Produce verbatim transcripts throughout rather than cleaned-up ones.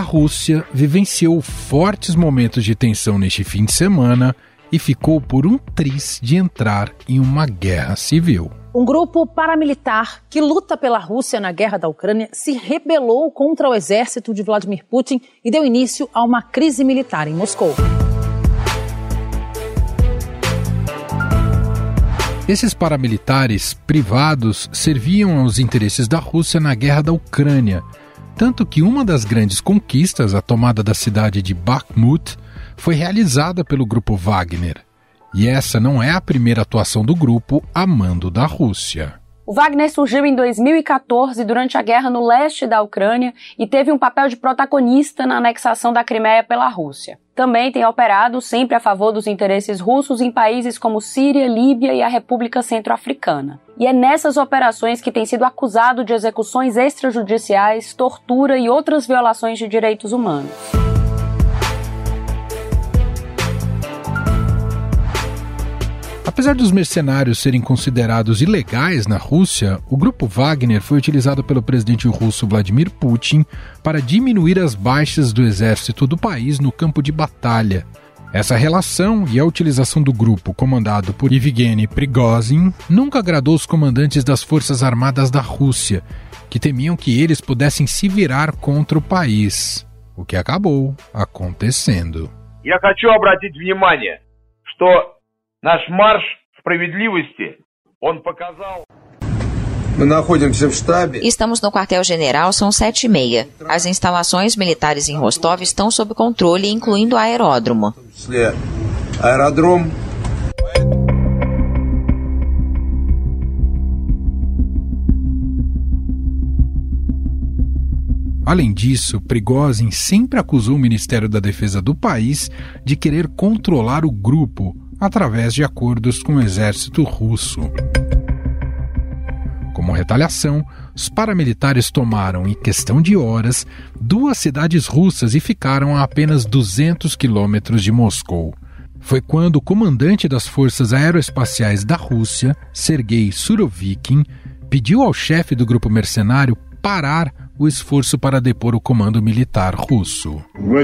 Rússia vivenciou fortes momentos de tensão neste fim de semana e ficou por um triz de entrar em uma guerra civil. Um grupo paramilitar que luta pela Rússia na guerra da Ucrânia se rebelou contra o exército de Vladimir Putin e deu início a uma crise militar em Moscou. Esses paramilitares privados serviam aos interesses da Rússia na guerra da Ucrânia, tanto que uma das grandes conquistas, a tomada da cidade de Bakhmut, foi realizada pelo grupo Wagner. E essa não é a primeira atuação do grupo a mando da Rússia. O Wagner surgiu em dois mil e catorze durante a guerra no leste da Ucrânia e teve um papel de protagonista na anexação da Crimeia pela Rússia. Também tem operado sempre a favor dos interesses russos em países como Síria, Líbia e a República Centro-Africana. E é nessas operações que tem sido acusado de execuções extrajudiciais, tortura e outras violações de direitos humanos. Apesar dos mercenários serem considerados ilegais na Rússia, o grupo Wagner foi utilizado pelo presidente russo Vladimir Putin para diminuir as baixas do exército do país no campo de batalha. Essa relação e a utilização do grupo, comandado por Yevgeny Prigozhin, nunca agradou os comandantes das Forças Armadas da Rússia, que temiam que eles pudessem se virar contra o país, o que acabou acontecendo. Я хочу обратить внимание, что наш марш справедливости, он показал... Estamos no quartel-general, são sete e meia. As instalações militares em Rostov estão sob controle, incluindo o aeródromo. Além disso, Prigozhin sempre acusou o Ministério da Defesa do país de querer controlar o grupo através de acordos com o exército russo. Como retaliação, os paramilitares tomaram, em questão de horas, duas cidades russas e ficaram a apenas duzentos quilômetros de Moscou. Foi quando o comandante das Forças Aeroespaciais da Rússia, Sergei Surovikin, pediu ao chefe do grupo mercenário parar o esforço para depor o comando militar russo.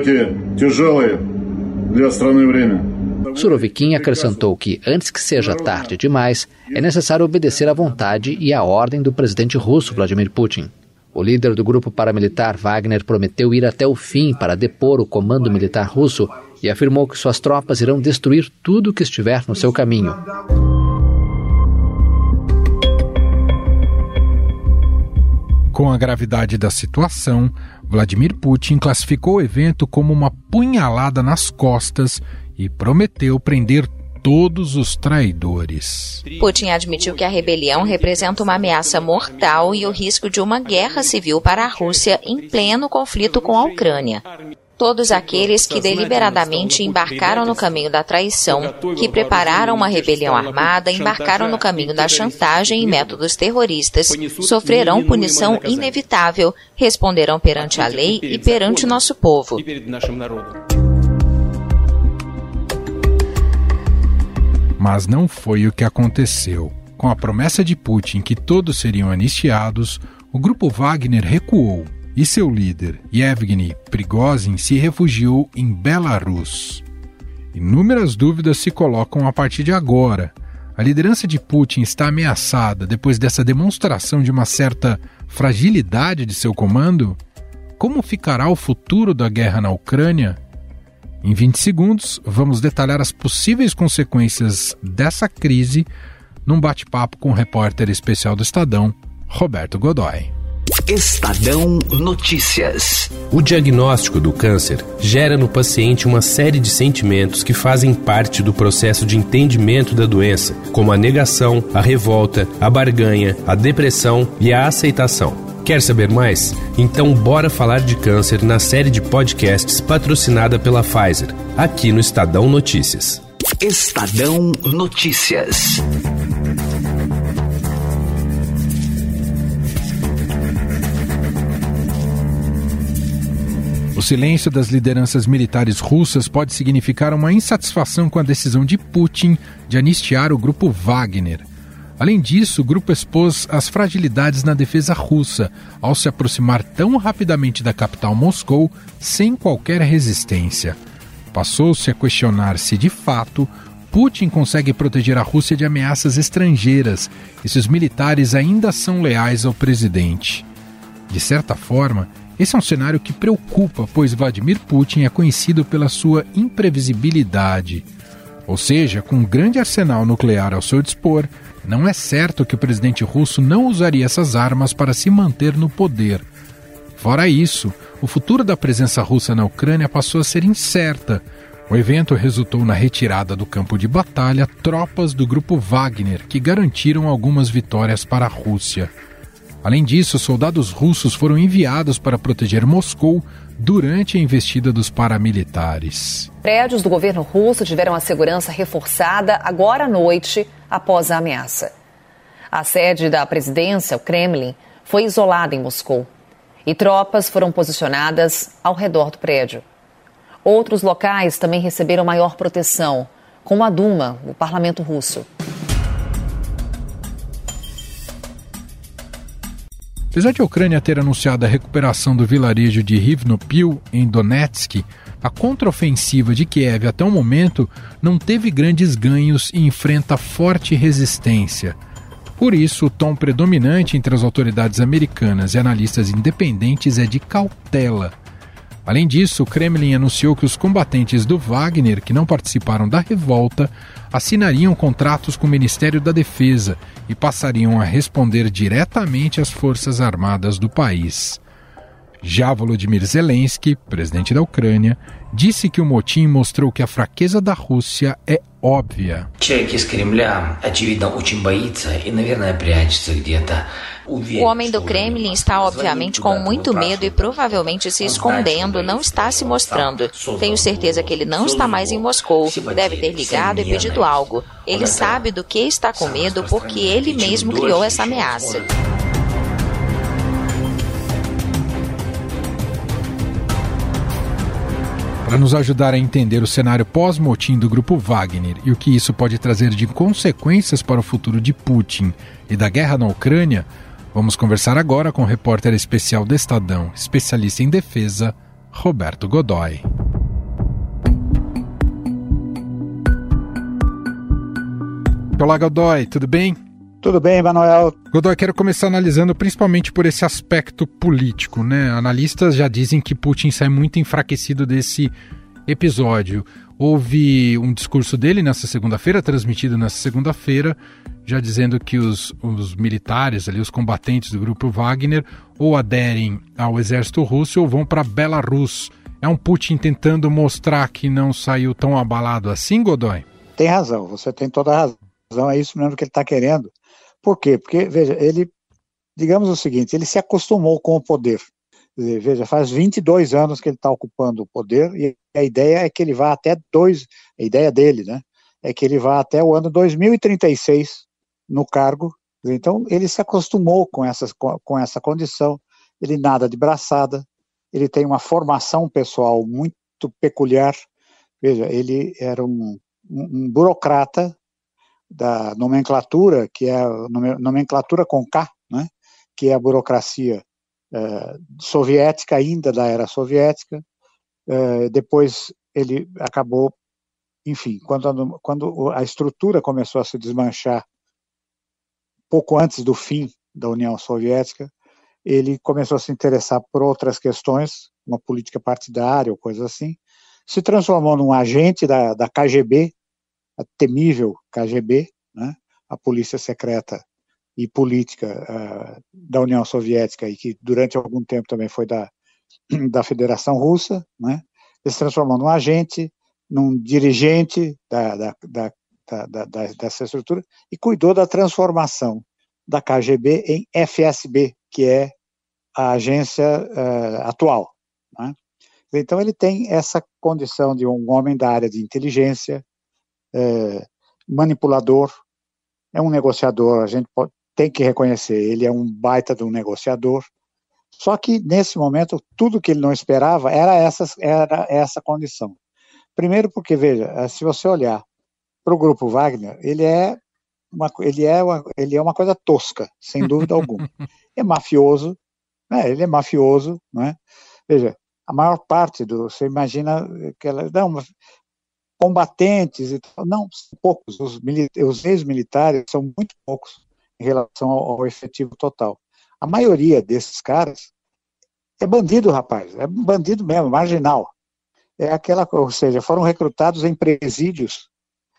Surovikin acrescentou que, antes que seja tarde demais, é necessário obedecer à vontade e à ordem do presidente russo Vladimir Putin. O líder do grupo paramilitar Wagner prometeu ir até o fim para depor o comando militar russo e afirmou que suas tropas irão destruir tudo que estiver no seu caminho. Com a gravidade da situação, Vladimir Putin classificou o evento como uma punhalada nas costas e prometeu prender todos os traidores. Putin admitiu que a rebelião representa uma ameaça mortal e o risco de uma guerra civil para a Rússia em pleno conflito com a Ucrânia. Todos aqueles que deliberadamente embarcaram no caminho da traição, que prepararam uma rebelião armada, embarcaram no caminho da chantagem e métodos terroristas, sofrerão punição inevitável, responderão perante a lei e perante nosso povo. Mas não foi o que aconteceu. Com a promessa de Putin que todos seriam anistiados, o grupo Wagner recuou e seu líder, Yevgeny Prigozhin, se refugiou em Belarus. Inúmeras dúvidas se colocam a partir de agora. A liderança de Putin está ameaçada depois dessa demonstração de uma certa fragilidade de seu comando? Como ficará o futuro da guerra na Ucrânia? Em vinte segundos, vamos detalhar as possíveis consequências dessa crise num bate-papo com o repórter especial do Estadão, Roberto Godoy. Estadão Notícias. O diagnóstico do câncer gera no paciente uma série de sentimentos que fazem parte do processo de entendimento da doença, como a negação, a revolta, a barganha, a depressão e a aceitação. Quer saber mais? Então bora falar de câncer na série de podcasts patrocinada pela Pfizer, aqui no Estadão Notícias. Estadão Notícias. O silêncio das lideranças militares russas pode significar uma insatisfação com a decisão de Putin de anistiar o grupo Wagner. Além disso, o grupo expôs as fragilidades na defesa russa, ao se aproximar tão rapidamente da capital Moscou, sem qualquer resistência. Passou-se a questionar se, de fato, Putin consegue proteger a Rússia de ameaças estrangeiras e se os militares ainda são leais ao presidente. De certa forma, esse é um cenário que preocupa, pois Vladimir Putin é conhecido pela sua imprevisibilidade. Ou seja, com um grande arsenal nuclear ao seu dispor, não é certo que o presidente russo não usaria essas armas para se manter no poder. Fora isso, o futuro da presença russa na Ucrânia passou a ser incerta. O evento resultou na retirada do campo de batalha tropas do grupo Wagner, que garantiram algumas vitórias para a Rússia. Além disso, soldados russos foram enviados para proteger Moscou durante a investida dos paramilitares. Prédios do governo russo tiveram a segurança reforçada agora à noite após a ameaça. A sede da presidência, o Kremlin, foi isolada em Moscou e tropas foram posicionadas ao redor do prédio. Outros locais também receberam maior proteção, como a Duma, o parlamento russo. Apesar de a Ucrânia ter anunciado a recuperação do vilarejo de Rivnopil, em Donetsk, a contraofensiva de Kiev até o momento não teve grandes ganhos e enfrenta forte resistência. Por isso, o tom predominante entre as autoridades americanas e analistas independentes é de cautela. Além disso, o Kremlin anunciou que os combatentes do Wagner, que não participaram da revolta, assinariam contratos com o Ministério da Defesa e passariam a responder diretamente às Forças Armadas do país. Já Volodymyr Zelensky, presidente da Ucrânia, disse que o motim mostrou que a fraqueza da Rússia é óbvia. O homem do Kremlin está obviamente com muito medo e provavelmente se escondendo, não está se mostrando. Tenho certeza que ele não está mais em Moscou, deve ter ligado e pedido algo. Ele sabe do que está com medo porque ele mesmo criou essa ameaça. Para nos ajudar a entender o cenário pós-motim do grupo Wagner e o que isso pode trazer de consequências para o futuro de Putin e da guerra na Ucrânia, vamos conversar agora com o repórter especial do Estadão, especialista em defesa, Roberto Godoy. Olá, Godoy, tudo bem? Tudo bem, Manuel. Godoy, quero começar analisando principalmente por esse aspecto político, né? Analistas já dizem que Putin sai muito enfraquecido desse episódio. Houve um discurso dele nessa segunda-feira, transmitido nessa segunda-feira, já dizendo que os, os militares, ali, os combatentes do grupo Wagner, ou aderem ao exército russo ou vão para Belarus. É um Putin tentando mostrar que não saiu tão abalado assim, Godoy? Tem razão, você tem toda a razão, é isso mesmo que ele está querendo. Por quê? Porque, veja, ele, digamos o seguinte, ele se acostumou com o poder. Veja, faz vinte e dois anos que ele está ocupando o poder e a ideia é que ele vá até dois, a ideia dele, né, é que ele vá até o ano dois mil e trinta e seis no cargo. Então, ele se acostumou com, essas, com essa condição, ele nada de braçada, ele tem uma formação pessoal muito peculiar. Veja, ele era um, um, um burocrata da nomenclatura, que é a nomenclatura com K, né, que é a burocracia uh, soviética, ainda da era soviética. Uh, depois ele acabou, enfim, quando a, quando a estrutura começou a se desmanchar, pouco antes do fim da União Soviética, ele começou a se interessar por outras questões, uma política partidária ou coisa assim, se transformou num agente da, da K G B, a temível K G B, né, a polícia secreta e política uh, da União Soviética e que durante algum tempo também foi da, da Federação Russa, né, ele se transformou num agente, num dirigente da, da, da, da, da, dessa estrutura e cuidou da transformação da K G B em F S B, que é a agência uh, atual, né. Então ele tem essa condição de um homem da área de inteligência, É, manipulador, é um negociador, a gente pode, tem que reconhecer, ele é um baita de um negociador, só que nesse momento tudo que ele não esperava era essa, era essa condição. Primeiro porque, veja, se você olhar para o grupo Wagner, ele é uma, ele, é uma, ele é uma coisa tosca, sem dúvida alguma. É mafioso, né? Ele é mafioso, não é? Veja, a maior parte do, você imagina que ela, não, combatentes e tal, não, são poucos, os, os ex-militares são muito poucos em relação ao, ao efetivo total. A maioria desses caras é bandido, rapaz, é bandido mesmo, marginal. É aquela, ou seja, foram recrutados em presídios,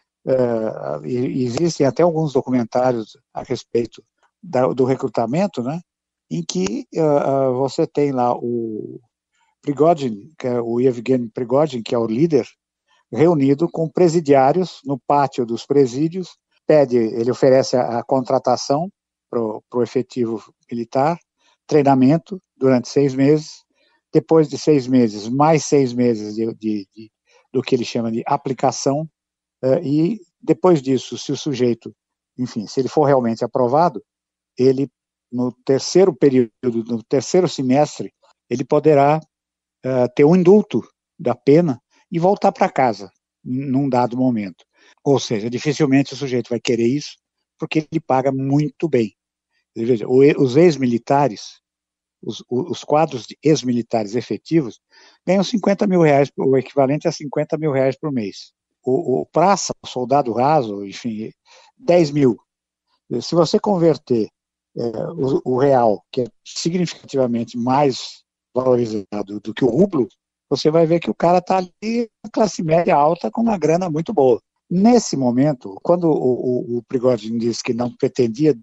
uh, e existem até alguns documentários a respeito da, do recrutamento, né, em que uh, uh, você tem lá o Prigozhin, que é o Yevgeny Prigozhin, que é o líder, reunido com presidiários no pátio dos presídios, pede, ele oferece a, a contratação para o efetivo militar, treinamento durante seis meses, depois de seis meses, mais seis meses de, de, de, do que ele chama de aplicação, uh, e depois disso, se o sujeito, enfim, se ele for realmente aprovado, ele, no terceiro período, no terceiro semestre, ele poderá uh, ter um indulto da pena e voltar para casa, num dado momento. Ou seja, dificilmente o sujeito vai querer isso, porque ele paga muito bem. Veja, os ex-militares, os, os quadros de ex-militares efetivos, ganham cinquenta mil reais, o equivalente a cinquenta mil reais por mês. O, o praça, o soldado raso, enfim, dez mil. Se você converter é, o, o real, que é significativamente mais valorizado do que o rublo, você vai ver que o cara está ali na classe média alta com uma grana muito boa. Nesse momento, quando o, o, o Prigozhin disse que não pretendia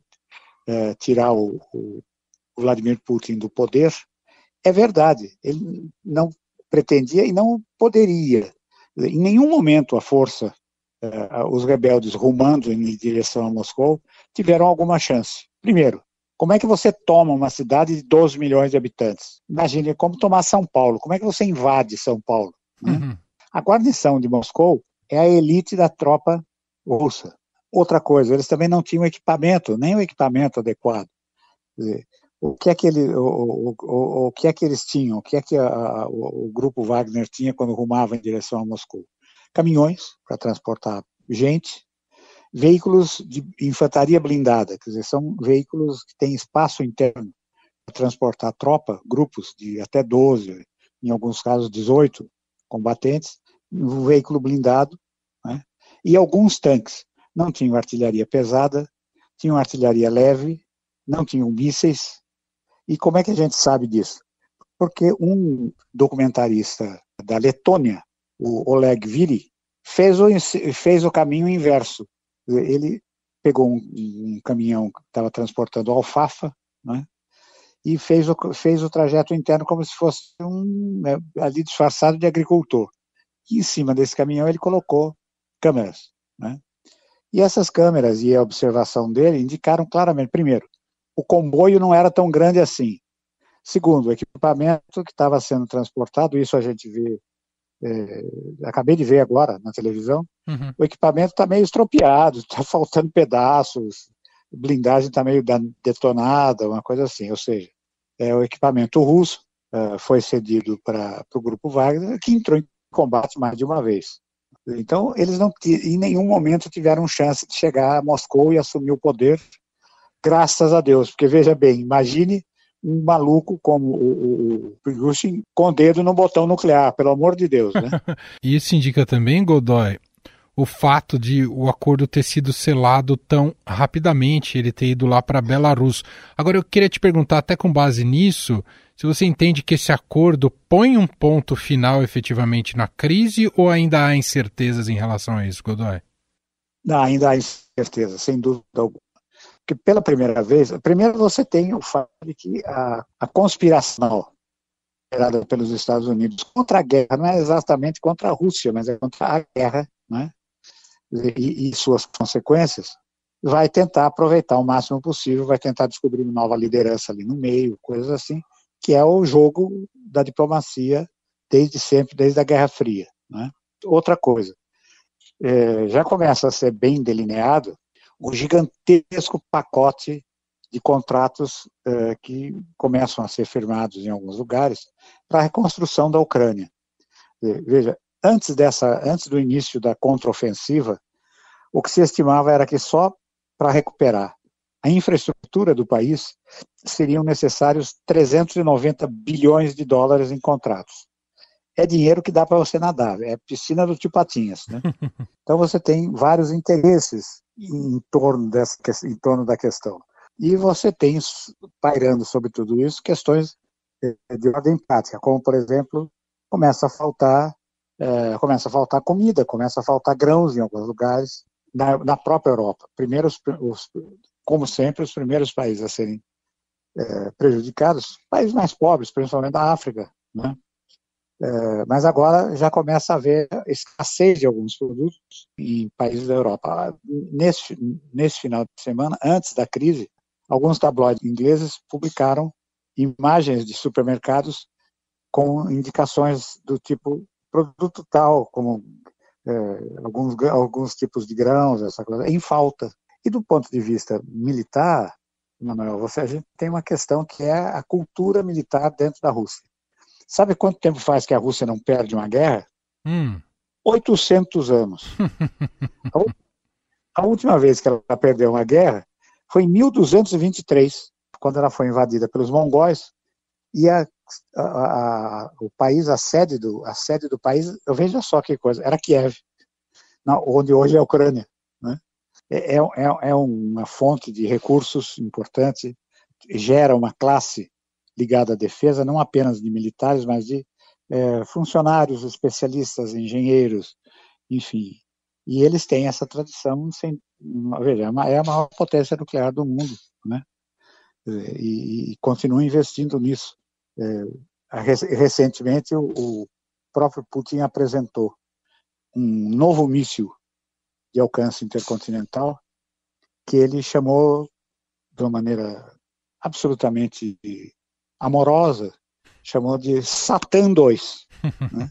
é, tirar o, o, o Vladimir Putin do poder, é verdade, ele não pretendia e não poderia. Em nenhum momento a força, é, os rebeldes rumando em direção a Moscou, tiveram alguma chance. Primeiro, como é que você toma uma cidade de doze milhões de habitantes? Imagine como tomar São Paulo. Como é que você invade São Paulo? Né? Uhum. A guarnição de Moscou é a elite da tropa russa. Outra coisa, eles também não tinham equipamento, nem o equipamento adequado. Quer dizer, o que é que ele, o, o, o, o que é que eles tinham? O que é que a, a, o, o grupo Wagner tinha quando rumava em direção a Moscou? Caminhões para transportar gente, veículos de infantaria blindada, quer dizer, são veículos que têm espaço interno para transportar tropa, grupos de até doze, em alguns casos dezoito combatentes, um veículo blindado, né? E alguns tanques. Não tinham artilharia pesada, tinham artilharia leve, não tinham mísseis. E como é que a gente sabe disso? Porque um documentarista da Letônia, o Oleg Viri, fez o, fez o caminho inverso. Ele pegou um, um caminhão que estava transportando alfafa, né, e fez o, fez o trajeto interno como se fosse um, né, ali disfarçado de agricultor. E em cima desse caminhão ele colocou câmeras. Né, e essas câmeras e a observação dele indicaram claramente, primeiro, o comboio não era tão grande assim. Segundo, o equipamento que estava sendo transportado, isso a gente vê, é, acabei de ver agora na televisão, uhum. O equipamento está meio estropiado, está faltando pedaços, a blindagem está meio detonada, uma coisa assim, ou seja, é, o equipamento russo uh, foi cedido para o grupo Wagner, que entrou em combate mais de uma vez. Então, eles não em nenhum momento tiveram chance de chegar a Moscou e assumir o poder, graças a Deus, porque veja bem, imagine um maluco como o Prigozhin com o dedo no botão nuclear, pelo amor de Deus, né? E isso indica também, Godoy, o fato de o acordo ter sido selado tão rapidamente, ele ter ido lá para Belarus. Agora, eu queria te perguntar, até com base nisso, se você entende que esse acordo põe um ponto final efetivamente na crise ou ainda há incertezas em relação a isso, Godoy? Não, ainda há incerteza, sem dúvida alguma. Porque pela primeira vez, primeiro você tem o fato de que a, a conspiração gerada pelos Estados Unidos contra a guerra, não é exatamente contra a Rússia, mas é contra a guerra, né, e, e suas consequências, vai tentar aproveitar o máximo possível, vai tentar descobrir uma nova liderança ali no meio, coisas assim, que é o jogo da diplomacia desde sempre, desde a Guerra Fria. Né. Outra coisa, é, já começa a ser bem delineado o gigantesco pacote de contratos eh, que começam a ser firmados em alguns lugares para a reconstrução da Ucrânia. Veja, antes, dessa, antes do início da contraofensiva, o que se estimava era que só para recuperar a infraestrutura do país, seriam necessários trezentos e noventa bilhões de dólares em contratos. É dinheiro que dá para você nadar, é piscina do Tio Patinhas, né? Então você tem vários interesses em torno, dessa, em torno da questão. E você tem, pairando sobre tudo isso, questões de ordem prática, como, por exemplo, começa a faltar, é, começa a faltar comida, começa a faltar grãos em alguns lugares, na, na própria Europa. Primeiro, os, os, como sempre, os primeiros países a serem é, prejudicados, países mais pobres, principalmente da África, né? É, mas agora já começa a haver escassez de alguns produtos em países da Europa. Nesse, nesse final de semana, antes da crise, alguns tabloides ingleses publicaram imagens de supermercados com indicações do tipo produto tal, como é, alguns, alguns tipos de grãos, essa coisa, em falta. E do ponto de vista militar, Manuel, você, a gente tem uma questão que é a cultura militar dentro da Rússia. Sabe quanto tempo faz que a Rússia não perde uma guerra? Hum. oitocentos anos. a, a última vez que ela perdeu uma guerra foi em mil duzentos e vinte e três, quando ela foi invadida pelos mongóis, e a, a, a, o país, a sede, do, a sede do país, eu veja só que coisa, era Kiev, na, onde hoje é a Ucrânia, né? É, é, é uma fonte de recursos importante, gera uma classe ligada à defesa, não apenas de militares, mas de é, funcionários, especialistas, engenheiros, enfim. E eles têm essa tradição, sem, veja, é a maior potência nuclear do mundo, né? E, e continuam investindo nisso. É, recentemente, o, o próprio Putin apresentou um novo míssil de alcance intercontinental que ele chamou de uma maneira absolutamente amorosa, chamou de Satã dois. Né?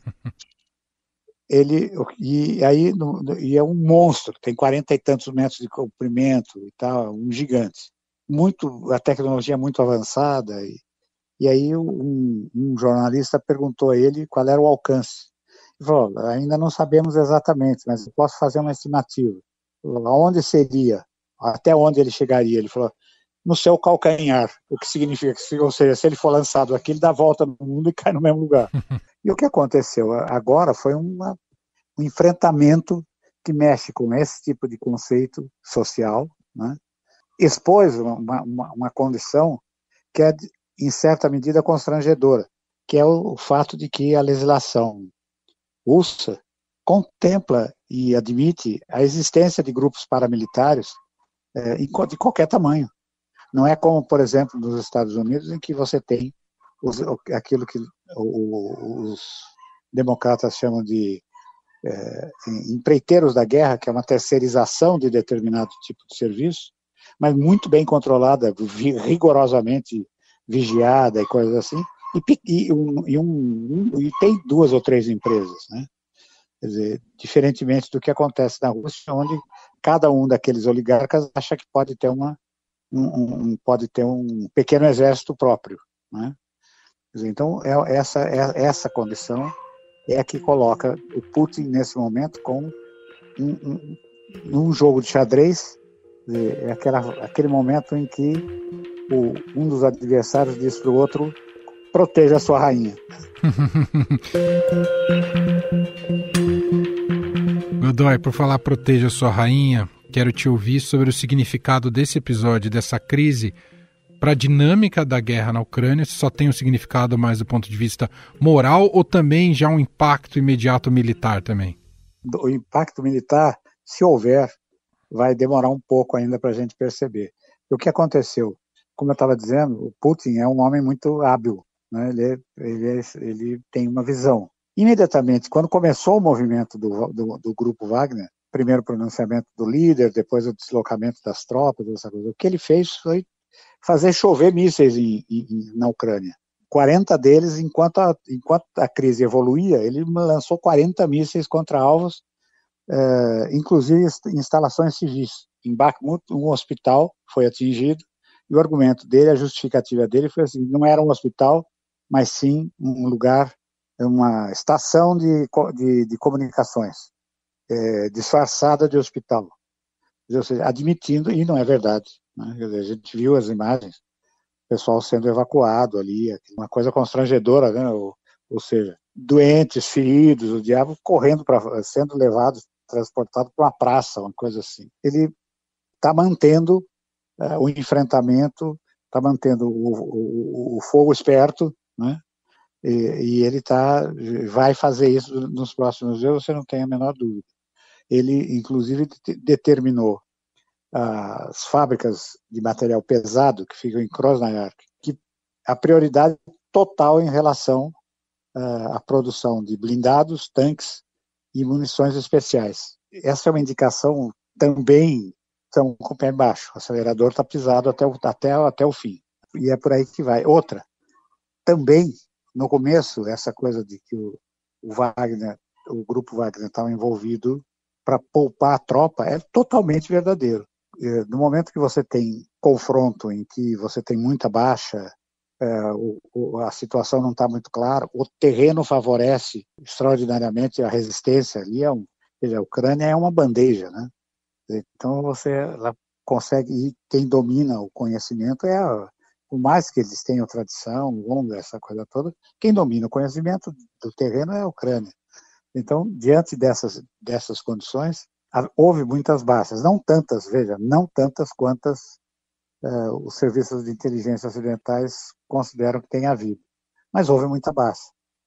Ele, e aí e é um monstro, tem quarenta e tantos metros de comprimento e tal, um gigante. Muito, a tecnologia é muito avançada, e, e aí um, um jornalista perguntou a ele qual era o alcance. Ele falou, ainda não sabemos exatamente, mas eu posso fazer uma estimativa. Falou, aonde seria? Até onde ele chegaria? Ele falou, no seu calcanhar, o que significa que, ou seja, se ele for lançado aqui, ele dá a volta no mundo e cai no mesmo lugar. E o que aconteceu agora foi uma, um enfrentamento que mexe com esse tipo de conceito social, né? Expôs uma, uma, uma condição que é, em certa medida, constrangedora, que é o, o fato de que a legislação russa contempla e admite a existência de grupos paramilitares é, de qualquer tamanho. Não é como, por exemplo, nos Estados Unidos, em que você tem os, aquilo que os democratas chamam de é, empreiteiros da guerra, que é uma terceirização de determinado tipo de serviço, mas muito bem controlada, rigorosamente vigiada e coisas assim, e, e, um, e, um, e tem duas ou três empresas, né? Quer dizer, diferentemente do que acontece na Rússia, onde cada um daqueles oligarcas acha que pode ter uma Um, um, pode ter um pequeno exército próprio, né? Então, é, essa, é, essa condição é a que coloca o Putin, nesse momento, com um, um, um jogo de xadrez, é aquela, aquele momento em que o, um dos adversários diz para o outro, proteja a sua rainha. Godoy, por falar proteja a sua rainha, quero te ouvir sobre o significado desse episódio, dessa crise, para a dinâmica da guerra na Ucrânia, se só tem um significado mais do ponto de vista moral ou também já um impacto imediato militar também? O impacto militar, se houver, vai demorar um pouco ainda para a gente perceber. O que aconteceu? Como eu estava dizendo, o Putin é um homem muito hábil, né? ele, ele, ele tem uma visão. Imediatamente, quando começou o movimento do, do, do grupo Wagner, primeiro o pronunciamento do líder, depois o deslocamento das tropas, essa coisa. O que ele fez foi fazer chover mísseis em, em, na Ucrânia. quarenta deles, enquanto a, enquanto a crise evoluía, ele lançou quarenta mísseis contra alvos, eh, inclusive instalações civis. Em Bakhmut, um hospital foi atingido, e o argumento dele, a justificativa dele foi assim, não era um hospital, mas sim um lugar, uma estação de, de, de comunicações. É, disfarçada de hospital. ou seja, admitindo, e não é verdade, né? Quer dizer, a gente viu as imagens, o pessoal sendo evacuado ali, uma coisa constrangedora, né? ou, ou seja, doentes, feridos, o diabo correndo, pra, sendo levado, transportado para uma praça, uma coisa assim. Ele está mantendo uh, o enfrentamento, está mantendo o, o, o fogo esperto, né? e, e ele tá, vai fazer isso nos próximos dias, você não tem a menor dúvida. Ele, inclusive, determinou as fábricas de material pesado que ficam em Krasnoyarsk, que a prioridade total em relação uh, à produção de blindados, tanques e munições especiais. Essa é uma indicação também, estão com o pé embaixo, o acelerador está pisado até o, até, até o fim, e é por aí que vai. Outra, também, no começo, essa coisa de que o, o Wagner, o grupo Wagner estava envolvido para poupar a tropa, é totalmente verdadeiro. No momento que você tem confronto em que você tem muita baixa, é, o, o, a situação não está muito clara, o terreno favorece extraordinariamente a resistência ali, é um, a Ucrânia é uma bandeja, né? Então você ela consegue, e quem domina o conhecimento é, a, por mais que eles tenham tradição longa, essa coisa toda, quem domina o conhecimento do terreno é a Ucrânia. Então, diante dessas, dessas condições, houve muitas baixas, não tantas, veja, não tantas quantas uh, os serviços de inteligência ocidentais consideram que tem havido, mas houve muita baixa.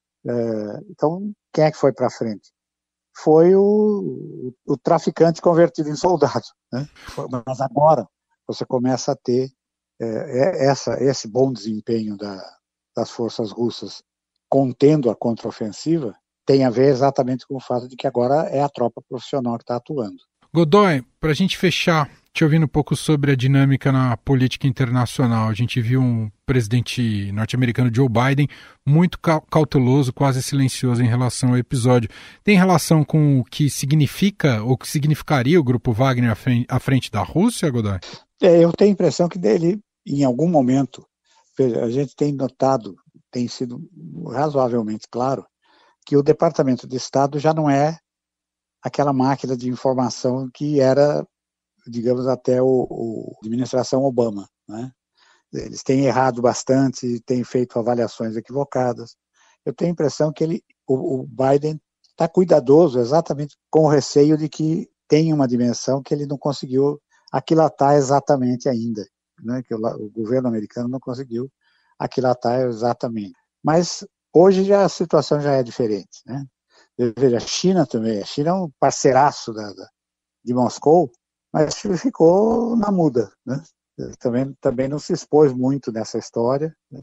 Uh, então, quem é que foi para frente? Foi o, o, o traficante convertido em soldado, né? Mas agora você começa a ter uh, essa, esse bom desempenho da, das forças russas contendo a contraofensiva, tem a ver exatamente com o fato de que agora é a tropa profissional que está atuando. Godoy, para a gente fechar, te ouvindo um pouco sobre a dinâmica na política internacional, a gente viu um presidente norte-americano, Joe Biden, muito cauteloso, quase silencioso em relação ao episódio. Tem relação com o que significa, ou que significaria o grupo Wagner à frente, à frente da Rússia, Godoy? É, eu tenho a impressão que dele, em algum momento, a gente tem notado, tem sido razoavelmente claro, que o Departamento de Estado já não é aquela máquina de informação que era, digamos, até o, o administração Obama, né? Eles têm errado bastante, têm feito avaliações equivocadas. Eu tenho a impressão que ele, o, o Biden está cuidadoso exatamente com o receio de que tem uma dimensão que ele não conseguiu aquilatar exatamente ainda, né? Que o, o governo americano não conseguiu aquilatar exatamente. Mas hoje já a situação já é diferente, né? Veja, a China também, a China é um parceiraço da, da, de Moscou, mas ficou na muda, né? Também, também não se expôs muito nessa história, né?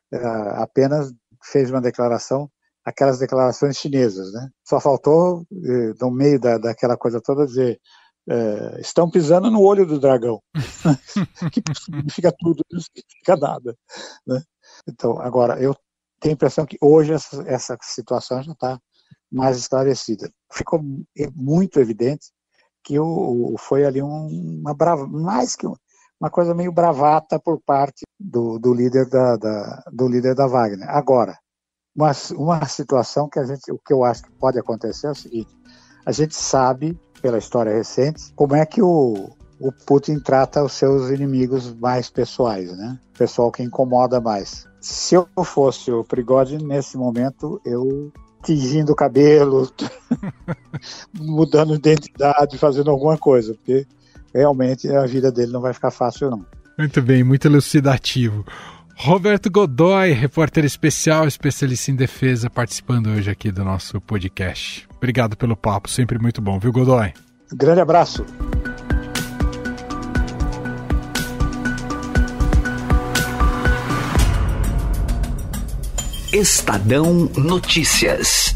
Apenas fez uma declaração, aquelas declarações chinesas, né? Só faltou, no meio da, daquela coisa toda, dizer é, estão pisando no olho do dragão, que significa tudo, não significa nada, né? Então, agora, eu tenho a impressão que hoje essa, essa situação já está mais esclarecida. Ficou muito evidente que o, o, foi ali um, uma brava, mais que uma coisa meio bravata por parte do, do, líder, da, da, do líder da Wagner. Agora, uma, uma situação que a gente, o que eu acho que pode acontecer é o seguinte: a gente sabe, pela história recente, como é que o, o Putin trata os seus inimigos mais pessoais, né? O pessoal que incomoda mais. Se eu fosse o Prigozhin, nesse momento, eu tingindo o cabelo, mudando de identidade, fazendo alguma coisa, porque realmente a vida dele não vai ficar fácil, não. Muito bem, muito elucidativo. Roberto Godoy, repórter especial, especialista em defesa, participando hoje aqui do nosso podcast. Obrigado pelo papo, sempre muito bom, viu, Godoy? Grande abraço. Estadão Notícias.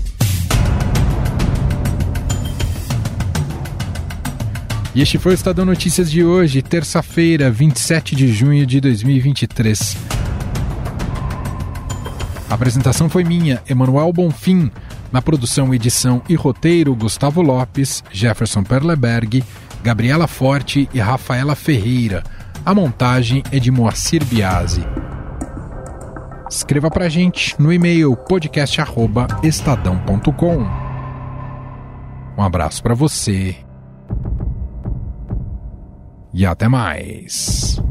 E este foi o Estadão Notícias de hoje, terça-feira, vinte e sete de junho de dois mil e vinte e três. A apresentação foi minha, Emanuel Bonfim. Na produção, edição e roteiro, Gustavo Lopes, Jefferson Perleberg, Gabriela Forte e Rafaela Ferreira. A montagem é de Moacir Biasi. Escreva pra gente no e-mail podcast arroba estadão ponto com. Um abraço pra você e até mais.